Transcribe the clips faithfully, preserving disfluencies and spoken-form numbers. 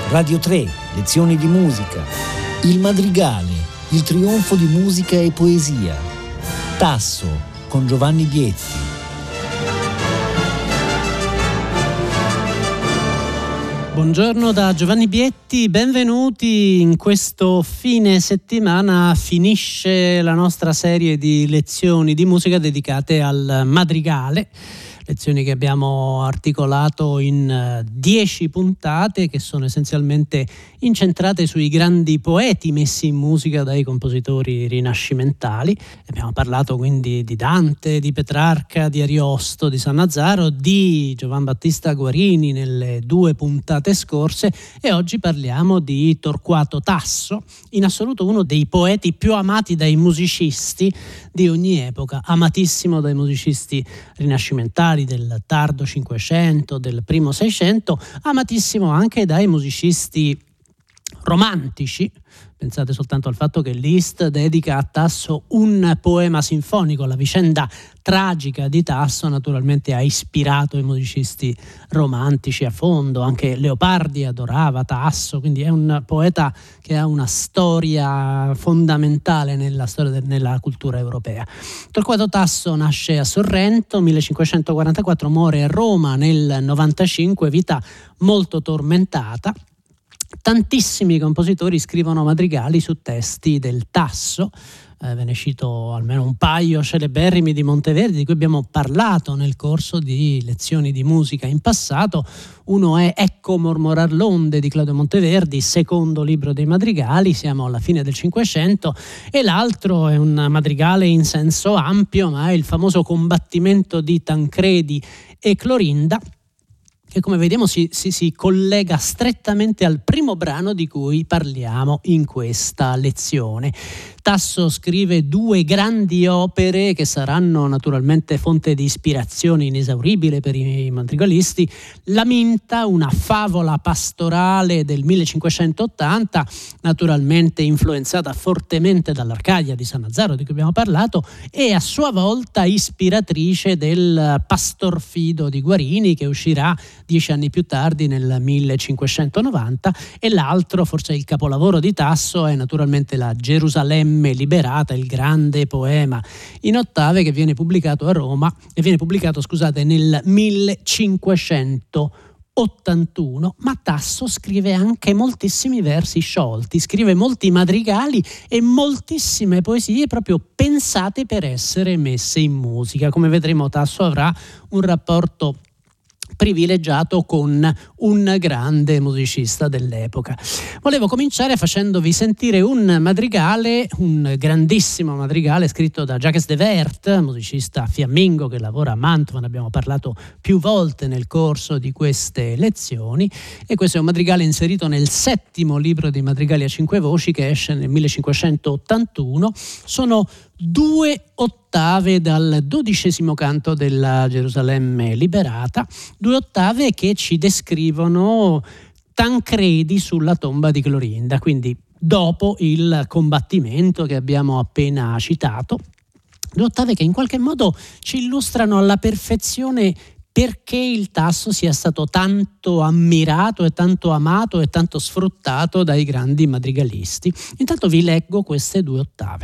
Radio tre, lezioni di musica. Il Madrigale, il trionfo di musica e poesia. Tasso, con Giovanni Bietti. Buongiorno da Giovanni Bietti, benvenuti. In questo fine settimana finisce la nostra serie di lezioni di musica dedicate al Madrigale. Lezioni che abbiamo articolato in dieci puntate che sono essenzialmente incentrate sui grandi poeti messi in musica dai compositori rinascimentali. Abbiamo parlato quindi di Dante, di Petrarca, di Ariosto, di Sannazaro, di Giovan Battista Guarini nelle due puntate scorse e oggi parliamo di Torquato Tasso, in assoluto uno dei poeti più amati dai musicisti di ogni epoca, amatissimo dai musicisti rinascimentali del tardo Cinquecento, del primo Seicento, amatissimo anche dai musicisti romantici. Pensate soltanto al fatto che Liszt dedica a Tasso un poema sinfonico. La vicenda tragica di Tasso naturalmente ha ispirato i musicisti romantici a fondo. Anche Leopardi adorava Tasso, quindi è un poeta che ha una storia fondamentale nella storia nella cultura europea. Torquato Tasso nasce a Sorrento, millecinquecentoquarantaquattro, muore a Roma nel novantacinque, vita molto tormentata. Tantissimi compositori scrivono madrigali su testi del Tasso. Eh, ve ne cito almeno un paio celeberrimi di Monteverdi, di cui abbiamo parlato nel corso di lezioni di musica in passato. Uno è Ecco mormorar l'onde di Claudio Monteverdi, secondo libro dei madrigali, siamo alla fine del Cinquecento, e l'altro è un madrigale in senso ampio, ma è il famoso combattimento di Tancredi e Clorinda, che come vediamo si, si, si collega strettamente al primo brano di cui parliamo in questa lezione. Tasso scrive due grandi opere che saranno naturalmente fonte di ispirazione inesauribile per i madrigalisti. La Minta, una favola pastorale del millecinquecentottanta, naturalmente influenzata fortemente dall'Arcadia di Sannazaro di cui abbiamo parlato, e a sua volta ispiratrice del Pastor Fido di Guarini, che uscirà dieci anni più tardi nel millecinquecentonovanta. E l'altro, forse il capolavoro di Tasso, è naturalmente la Gerusalemme liberata, il grande poema in ottave che viene pubblicato a Roma e viene pubblicato, scusate, nel millecinquecentottantuno. Ma Tasso scrive anche moltissimi versi sciolti, scrive molti madrigali e moltissime poesie proprio pensate per essere messe in musica. Come vedremo, Tasso avrà un rapporto privilegiato con un grande musicista dell'epoca. Volevo cominciare facendovi sentire un madrigale, un grandissimo madrigale scritto da Jacques de Wert, musicista fiammingo che lavora a Mantova, ne abbiamo parlato più volte nel corso di queste lezioni, e questo è un madrigale inserito nel settimo libro dei madrigali a cinque voci che esce nel millecinquecentottantuno. Sono due ottave dal dodicesimo canto della Gerusalemme liberata, due ottave che ci descrivono Tancredi sulla tomba di Clorinda, quindi dopo il combattimento che abbiamo appena citato. Due ottave che in qualche modo ci illustrano alla perfezione perché il Tasso sia stato tanto ammirato e tanto amato e tanto sfruttato dai grandi madrigalisti. Intanto vi leggo queste due ottave.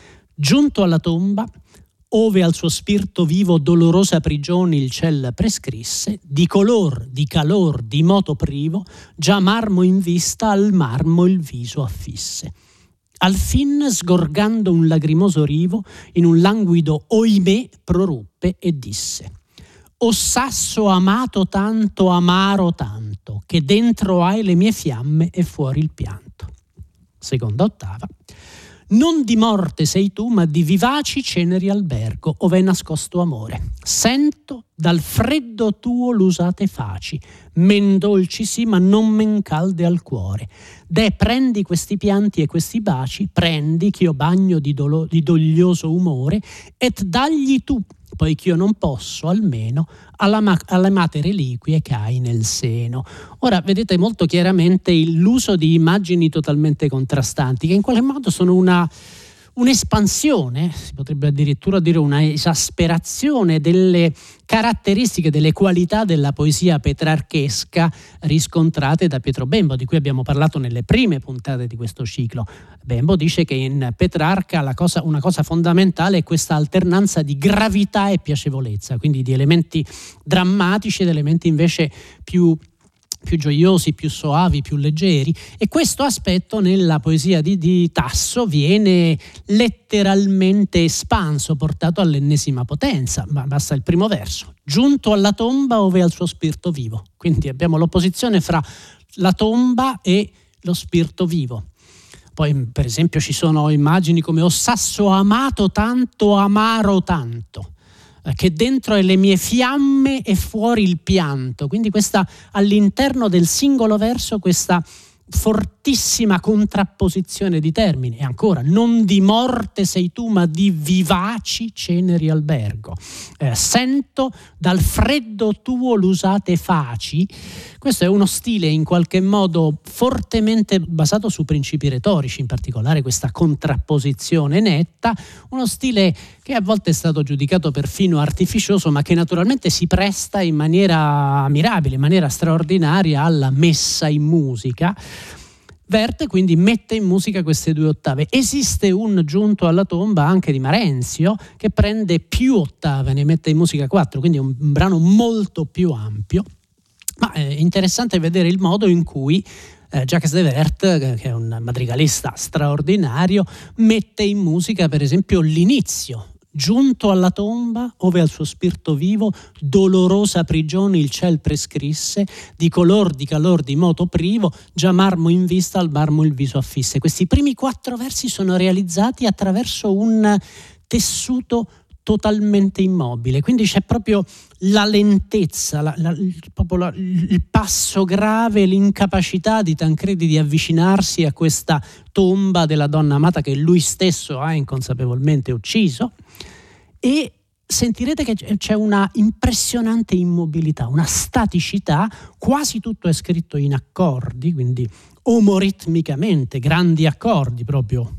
Giunto alla tomba, ove al suo spirito vivo dolorosa prigione il ciel prescrisse, di color, di calor, di moto privo, già marmo in vista al marmo il viso affisse. Al fin, sgorgando un lagrimoso rivo, in un languido oimè proruppe e disse: «O sasso amato tanto, amaro tanto, che dentro hai le mie fiamme e fuori il pianto». Seconda ottava. Non di morte sei tu, ma di vivaci ceneri albergo, ove è nascosto amore. Sento dal freddo tuo l'usate faci, men dolci sì, ma non men calde al cuore. De prendi questi pianti e questi baci, prendi ch'io bagno di, dolo- di doglioso umore, et dagli tu, poich'io non posso, almeno, alla ma- alle amate reliquie che hai nel seno. Ora vedete molto chiaramente il- l'uso di immagini totalmente contrastanti, che in qualche modo sono una, un'espansione, si potrebbe addirittura dire una esasperazione delle caratteristiche, delle qualità della poesia petrarchesca riscontrate da Pietro Bembo, di cui abbiamo parlato nelle prime puntate di questo ciclo. Bembo dice che in Petrarca la cosa, una cosa fondamentale è questa alternanza di gravità e piacevolezza, quindi di elementi drammatici ed elementi invece più più gioiosi, più soavi, più leggeri, e questo aspetto nella poesia di, di Tasso viene letteralmente espanso, portato all'ennesima potenza. Ma basta il primo verso: giunto alla tomba ove al suo spirito vivo. Quindi abbiamo l'opposizione fra la tomba e lo spirito vivo. Poi per esempio ci sono immagini come o sasso amato tanto, amaro tanto, che dentro è le mie fiamme e fuori il pianto. Quindi questa, all'interno del singolo verso, questa fortissima contrapposizione di termini. E ancora, non di morte sei tu, ma di vivaci ceneri albergo. Eh, sento dal freddo tuo l'usate faci. Questo è uno stile in qualche modo fortemente basato su principi retorici, in particolare questa contrapposizione netta, uno stile che a volte è stato giudicato perfino artificioso, ma che naturalmente si presta in maniera mirabile, in maniera straordinaria alla messa in musica. Wert quindi mette in musica queste due ottave. Esiste un giunto alla tomba anche di Marenzio che prende più ottave, ne mette in musica quattro, quindi un, un brano molto più ampio. Ma è interessante vedere il modo in cui eh, Jacques de Wert, che è un madrigalista straordinario, mette in musica per esempio l'inizio. Giunto alla tomba, ove al suo spirito vivo, dolorosa prigione il ciel prescrisse, di color, di calor, di moto privo, già marmo in vista al marmo il viso affisse. Questi primi quattro versi sono realizzati attraverso un tessuto totalmente immobile, quindi c'è proprio la lentezza, la, la, il, proprio la, il passo grave, l'incapacità di Tancredi di avvicinarsi a questa tomba della donna amata che lui stesso ha inconsapevolmente ucciso, e sentirete che c'è una impressionante immobilità, una staticità, quasi tutto è scritto in accordi, quindi omoritmicamente, grandi accordi proprio.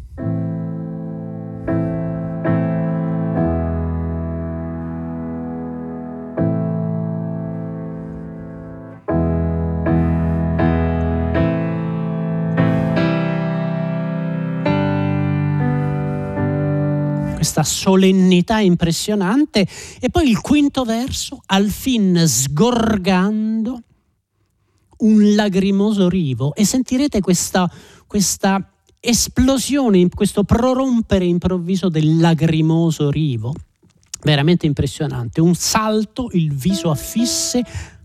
Questa solennità impressionante, e poi il quinto verso, al fin sgorgando un lagrimoso rivo, e sentirete questa, questa esplosione, questo prorompere improvviso del lagrimoso rivo, veramente impressionante. Un salto, il viso affisse,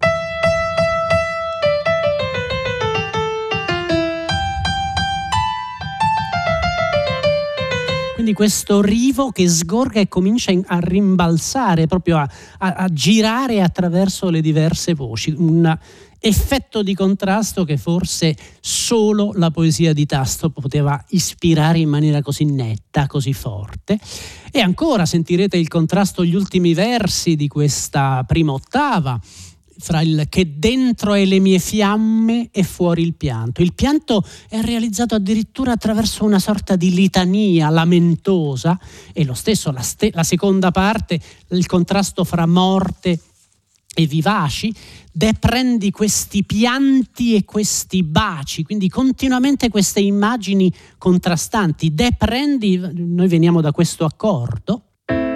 quindi questo rivo che sgorga e comincia a rimbalzare, proprio a, a, a girare attraverso le diverse voci, un effetto di contrasto che forse solo la poesia di Tasso poteva ispirare in maniera così netta, così forte. E ancora sentirete il contrasto, gli ultimi versi di questa prima ottava, fra il che dentro è le mie fiamme e fuori il pianto. Il pianto è realizzato addirittura attraverso una sorta di litania lamentosa, e lo stesso la, ste- la seconda parte, il contrasto fra morte e vivaci, deprendi questi pianti e questi baci, quindi continuamente queste immagini contrastanti. Deprendi, noi veniamo da questo accordo,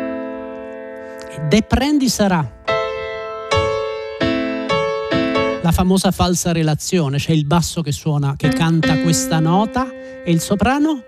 deprendi sarà la famosa falsa relazione, c'è il basso che suona, che canta questa nota, e il soprano.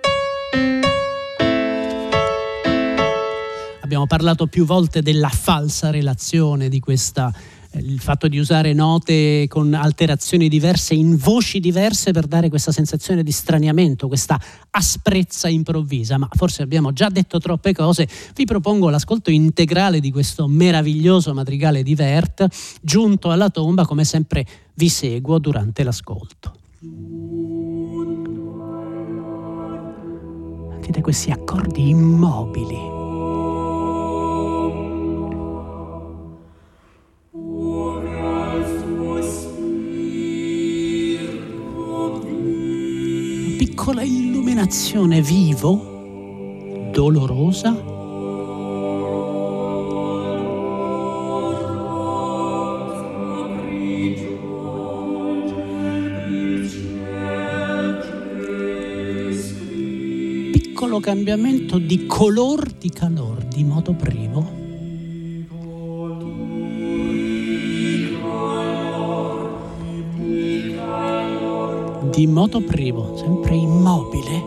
Abbiamo parlato più volte della falsa relazione, di questa, eh, il fatto di usare note con alterazioni diverse in voci diverse per dare questa sensazione di straniamento, questa asprezza improvvisa. Ma forse abbiamo già detto troppe cose. Vi propongo l'ascolto integrale di questo meraviglioso madrigale di Wert. Giunto alla tomba, come sempre vi seguo durante l'ascolto. Sentite questi accordi immobili. Piccola illuminazione, vivo, dolorosa. Piccolo cambiamento di color di calor di moto primo. Di moto primo, sempre immobile.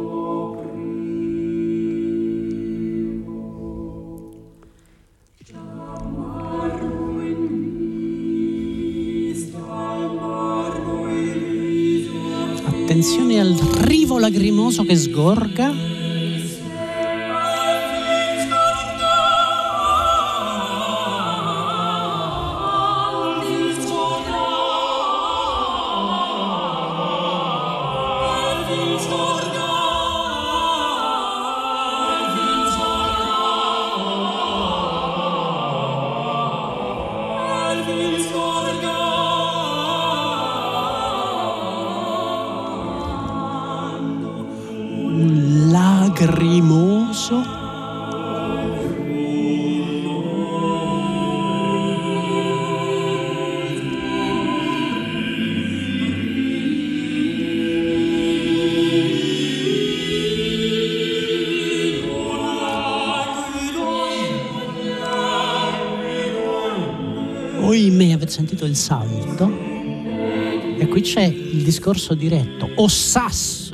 Attenzione al rivo lacrimoso che sgorga. Lacrimoso. Oimè, avete sentito il salto? E qui c'è il discorso diretto. O sasso.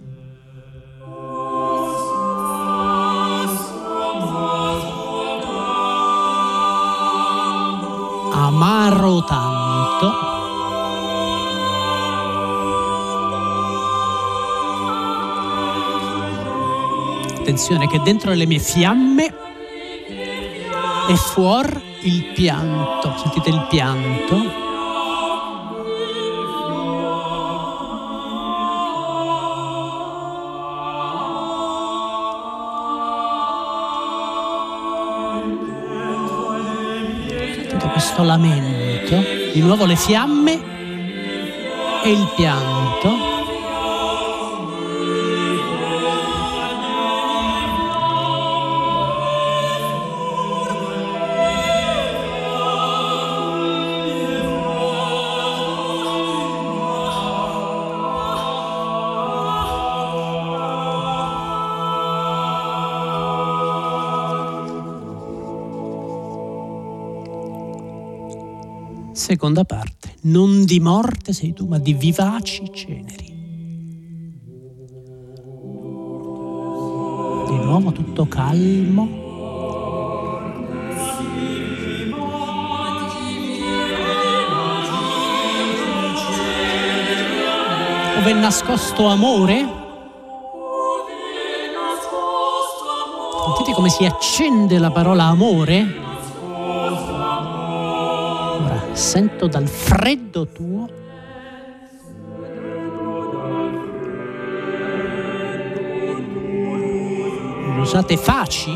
Amaro tanto. Attenzione che dentro le mie fiamme e fuori il pianto. Sentite il pianto. Questo lamento, di nuovo le fiamme e il pianto. Seconda parte, non di morte sei tu, ma di vivaci ceneri. Di nuovo tutto calmo. Ove è nascosto amore? Sentite come si accende la parola amore? Sento dal freddo tuo usate faci.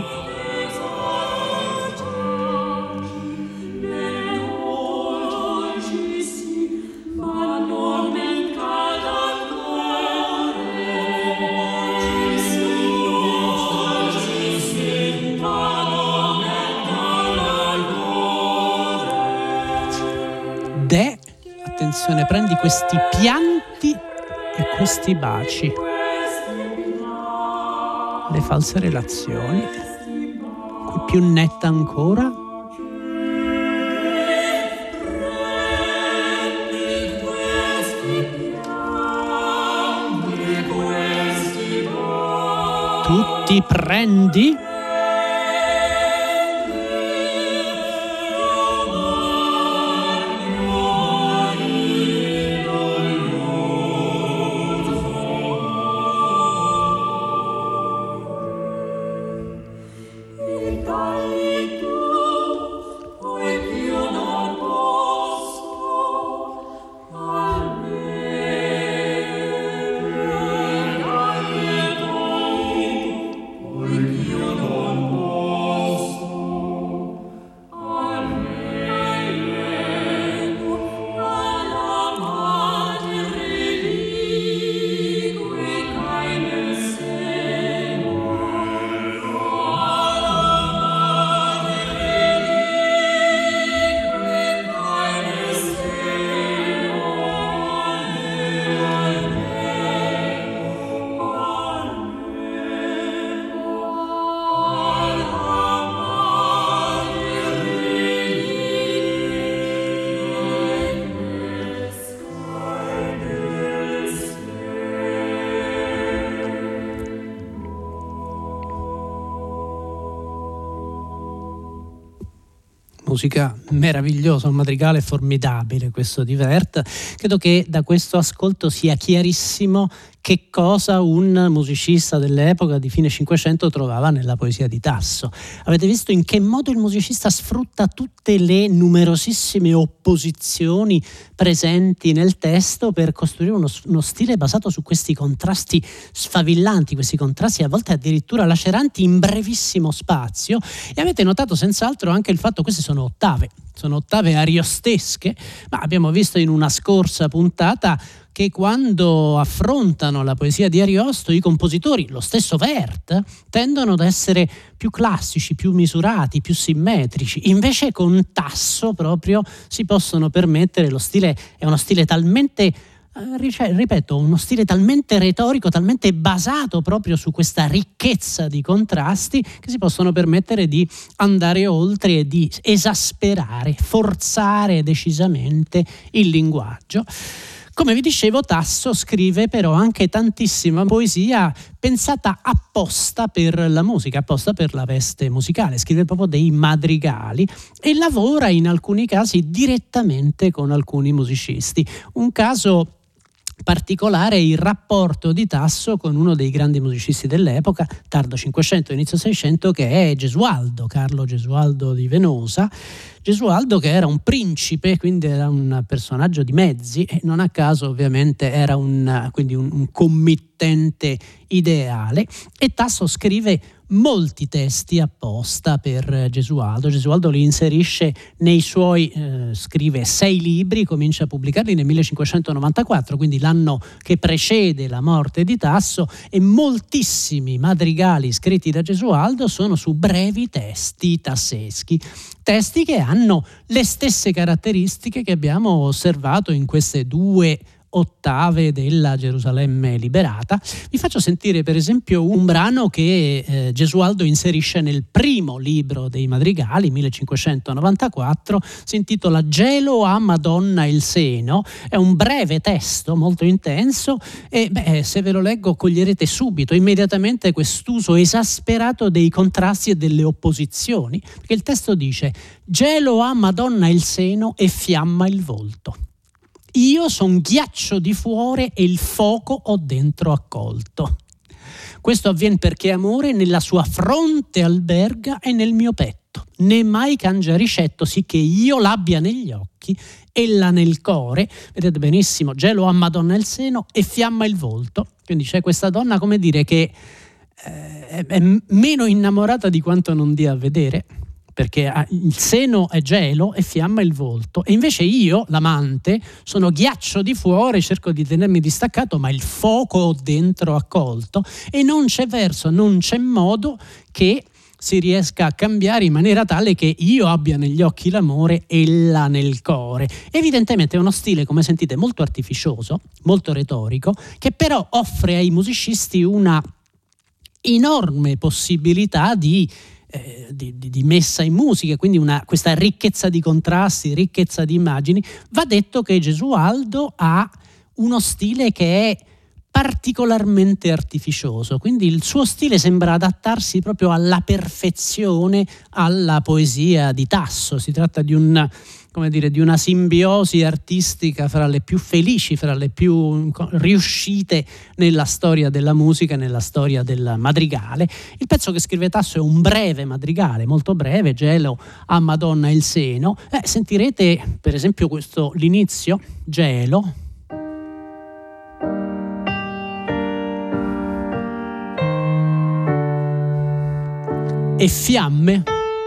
De, attenzione, prendi questi pianti e questi baci, le false relazioni, qui più netta ancora. Tu ti prendi. musica meravigliosa, un madrigale formidabile questo di Wert. Credo che da questo ascolto sia chiarissimo che cosa un musicista dell'epoca di fine Cinquecento trovava nella poesia di Tasso. Avete visto in che modo il musicista sfrutta tutte le numerosissime opposizioni presenti nel testo per costruire uno, uno stile basato su questi contrasti sfavillanti, questi contrasti a volte addirittura laceranti in brevissimo spazio. E avete notato senz'altro anche il fatto che queste sono ottave, sono ottave ariostesche, ma abbiamo visto in una scorsa puntata che quando affrontano la poesia di Ariosto i compositori, lo stesso Wert, tendono ad essere più classici, più misurati, più simmetrici. Invece con Tasso proprio si possono permettere, lo stile è uno stile talmente ripeto, uno stile talmente retorico, talmente basato proprio su questa ricchezza di contrasti, che si possono permettere di andare oltre e di esasperare, forzare decisamente il linguaggio. Come vi dicevo, Tasso scrive però anche tantissima poesia pensata apposta per la musica, apposta per la veste musicale. Scrive proprio dei madrigali e lavora in alcuni casi direttamente con alcuni musicisti. Un caso particolare è il rapporto di Tasso con uno dei grandi musicisti dell'epoca, tardo Cinquecento, inizio Seicento, che è Gesualdo, Carlo Gesualdo di Venosa. Gesualdo, che era un principe, quindi era un personaggio di mezzi, e non a caso ovviamente era un, quindi un, un committente ideale, e Tasso scrive molti testi apposta per Gesualdo. Gesualdo li inserisce nei suoi, eh, scrive sei libri, comincia a pubblicarli nel millecinquecentonovantaquattro, quindi l'anno che precede la morte di Tasso, e moltissimi madrigali scritti da Gesualdo sono su brevi testi tasseschi, testi che hanno le stesse caratteristiche che abbiamo osservato in queste due ottave della Gerusalemme liberata. Vi faccio sentire per esempio un brano che eh, Gesualdo inserisce nel primo libro dei madrigali, millecinquecentonovantaquattro, si intitola Gelo a Madonna il seno. È un breve testo molto intenso e beh, se ve lo leggo coglierete subito, immediatamente, quest'uso esasperato dei contrasti e delle opposizioni, perché il testo dice: gelo a Madonna il seno e fiamma il volto. Io son ghiaccio di fuore e il fuoco ho dentro accolto. Questo avvien perché amore nella sua fronte alberga e nel mio petto. Né mai cangia ricetto, sicché io l'abbia negli occhi, ella nel core. Vedete benissimo, gelo a Madonna il seno e fiamma il volto. Quindi c'è questa donna, come dire, che eh, è, è meno innamorata di quanto non dia a vedere, perché il seno è gelo e fiamma il volto, e invece io, l'amante, sono ghiaccio di fuori, cerco di tenermi distaccato, ma il fuoco ho dentro accolto, e non c'è verso, non c'è modo che si riesca a cambiare in maniera tale che io abbia negli occhi l'amore, ella nel core. Evidentemente è uno stile, come sentite, molto artificioso, molto retorico, che però offre ai musicisti una enorme possibilità di Eh, di, di, di messa in musica, quindi una, questa ricchezza di contrasti, ricchezza di immagini. Va detto che Gesualdo ha uno stile che è particolarmente artificioso, quindi il suo stile sembra adattarsi proprio alla perfezione alla poesia di Tasso. Si tratta di un, come dire, di una simbiosi artistica fra le più felici, fra le più riuscite nella storia della musica, nella storia del madrigale. Il pezzo che scrive Tasso è un breve madrigale, molto breve, Gelo a Madonna il seno. Eh, sentirete per esempio questo, l'inizio, Gelo, e fiamme.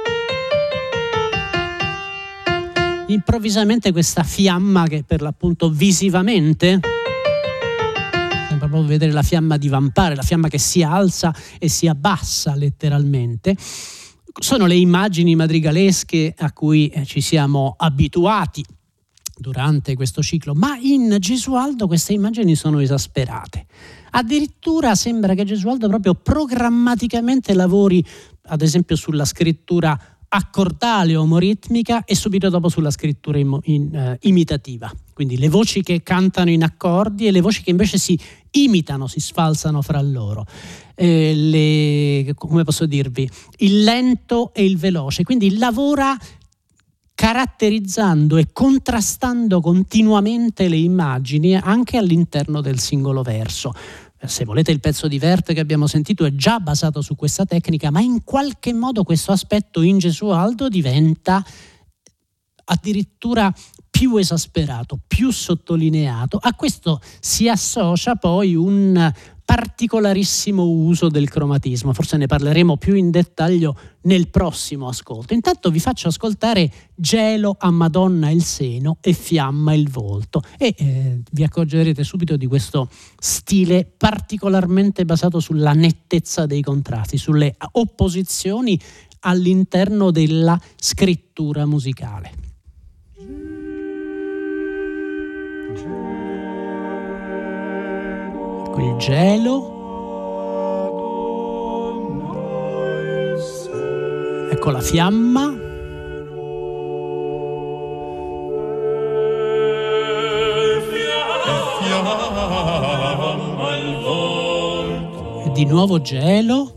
Improvvisamente questa fiamma, che per l'appunto visivamente sembra proprio vedere la fiamma divampare, la fiamma che si alza e si abbassa letteralmente. Sono le immagini madrigalesche a cui ci siamo abituati durante questo ciclo, ma in Gesualdo queste immagini sono esasperate. Addirittura sembra che Gesualdo proprio programmaticamente lavori, ad esempio, sulla scrittura accordale omoritmica e subito dopo sulla scrittura in, in, uh, imitativa. Quindi le voci che cantano in accordi e le voci che invece si imitano, si sfalsano fra loro. Eh, le, come posso dirvi? Il lento e il veloce. Quindi lavora caratterizzando e contrastando continuamente le immagini anche all'interno del singolo verso. Se volete, il pezzo di Werth che abbiamo sentito è già basato su questa tecnica, ma in qualche modo questo aspetto in Gesualdo diventa addirittura più esasperato, più sottolineato. A questo si associa poi un particolarissimo uso del cromatismo, forse ne parleremo più in dettaglio nel prossimo ascolto. Intanto vi faccio ascoltare Gelo a Madonna il seno e Fiamma il volto e eh, vi accorgerete subito di questo stile particolarmente basato sulla nettezza dei contrasti, sulle opposizioni all'interno della scrittura musicale. Il gelo, ecco la fiamma, e di nuovo gelo,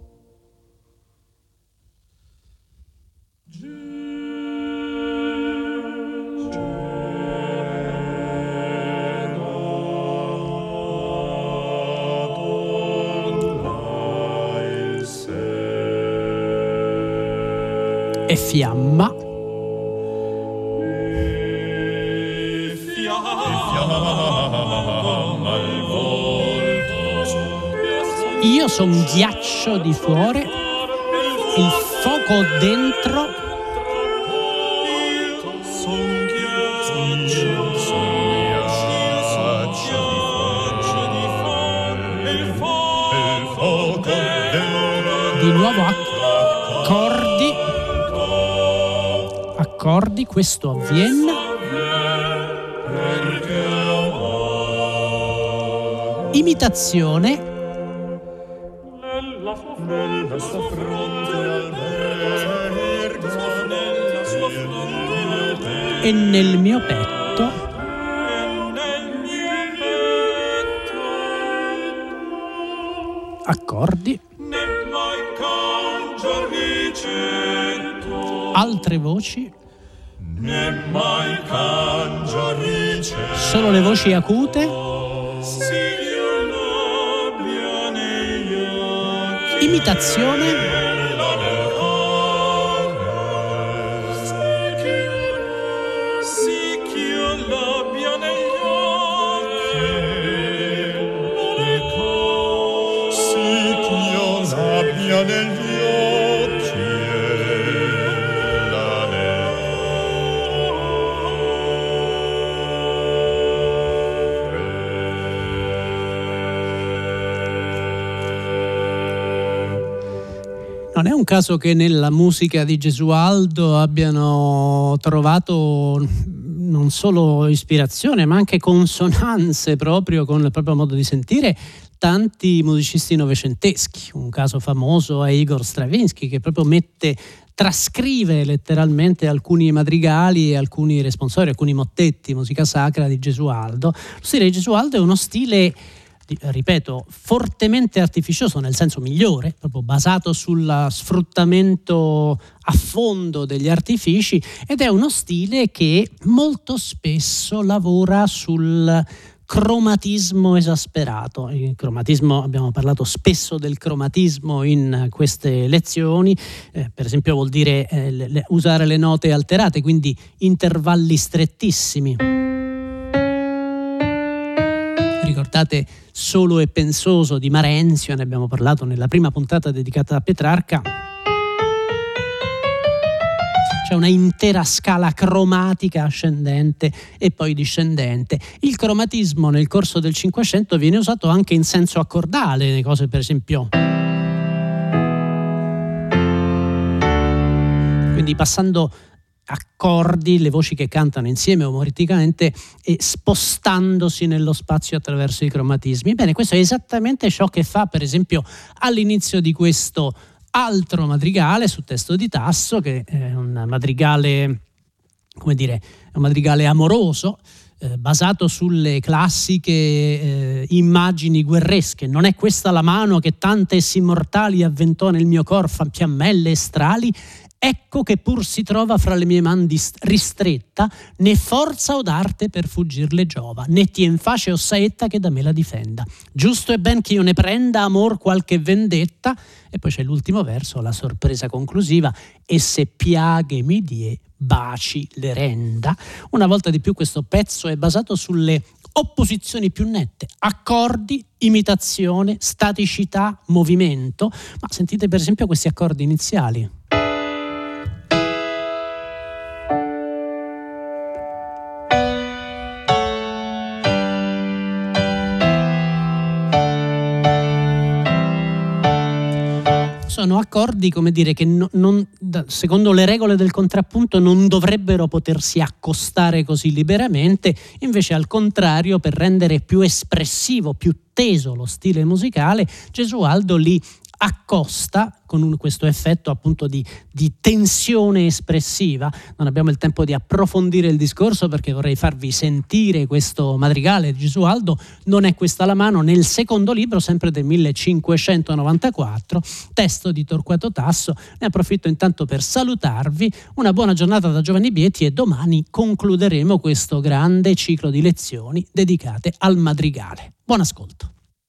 e fiamma, io son ghiaccio di fuori, il fuoco dentro, di nuovo accordi, accordi, questo avviene, imitazione, e nel mio petto accordi, altre voci, solo le voci acute, imitazione, non è un caso che nella musica di Gesualdo abbiano trovato non solo ispirazione ma anche consonanze proprio con il proprio modo di sentire tanti musicisti novecenteschi. Un caso famoso è Igor Stravinsky, che proprio mette, trascrive letteralmente alcuni madrigali, alcuni responsori, alcuni mottetti, musica sacra di Gesualdo. Lo stile di Gesualdo è uno stile, ripeto, fortemente artificioso nel senso migliore, proprio basato sul sfruttamento a fondo degli artifici, ed è uno stile che molto spesso lavora sul cromatismo esasperato. Il cromatismo, abbiamo parlato spesso del cromatismo in queste lezioni, eh, per esempio vuol dire eh, le, usare le note alterate, quindi intervalli strettissimi. Ricordate Solo e pensoso di Marenzio, ne abbiamo parlato nella prima puntata dedicata a Petrarca. C'è una intera scala cromatica ascendente e poi discendente. Il cromatismo nel corso del Cinquecento viene usato anche in senso accordale, le cose per esempio. Quindi passando accordi, le voci che cantano insieme omoristicamente e spostandosi nello spazio attraverso i cromatismi. Bene, questo è esattamente ciò che fa per esempio all'inizio di questo altro madrigale su testo di Tasso, che è un madrigale, come dire, è un madrigale amoroso, eh, basato sulle classiche eh, immagini guerresche. Non è questa la mano che tante essi mortali avventò nel mio cor, fiammelle e strali? Ecco che pur si trova fra le mie man ristretta, né forza od arte per fuggirle giova, né tien face o saetta che da me la difenda. Giusto è ben che io ne prenda amor qualche vendetta. E poi c'è l'ultimo verso, la sorpresa conclusiva: e se piaghe mi die, baci le renda. Una volta di più questo pezzo è basato sulle opposizioni più nette: accordi, imitazione, staticità, movimento. Ma sentite per esempio questi accordi iniziali. Sono accordi, come dire, che no, non, secondo le regole del contrappunto non dovrebbero potersi accostare così liberamente, invece al contrario, per rendere più espressivo, più teso lo stile musicale, Gesualdo li accosta con un, questo effetto appunto di, di tensione espressiva. Non abbiamo il tempo di approfondire il discorso perché vorrei farvi sentire questo madrigale di Gesualdo. Non è questa la mano, nel secondo libro, sempre del millecinquecentonovantaquattro, testo di Torquato Tasso. Ne approfitto intanto per salutarvi, una buona giornata da Giovanni Bietti, e domani concluderemo questo grande ciclo di lezioni dedicate al madrigale. Buon ascolto.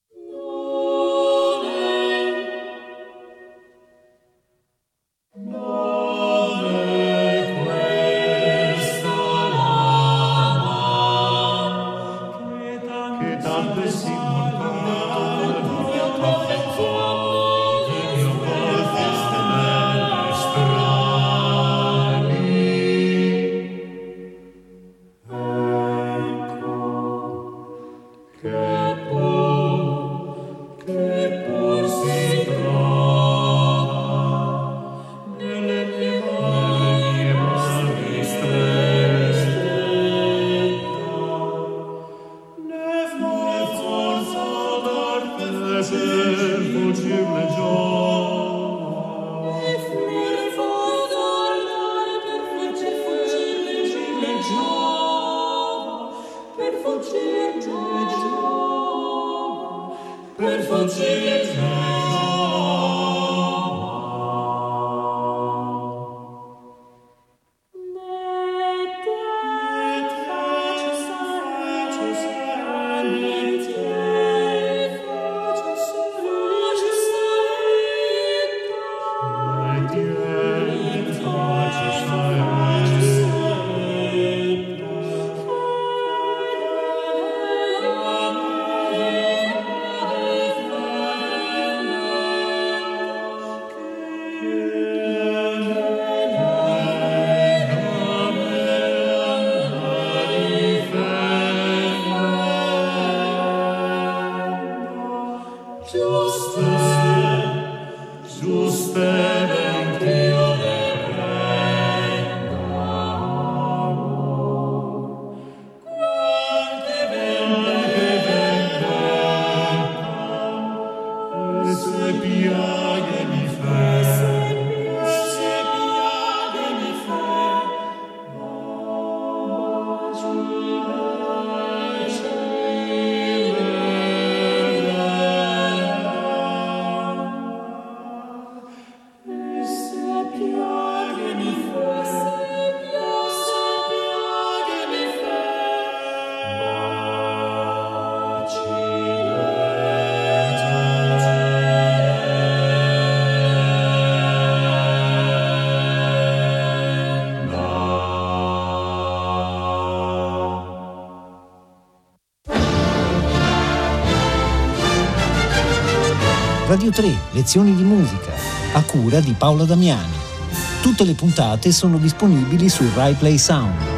Radio tre, lezioni di musica, a cura di Paola Damiani. Tutte le puntate sono disponibili su Rai Play Sound.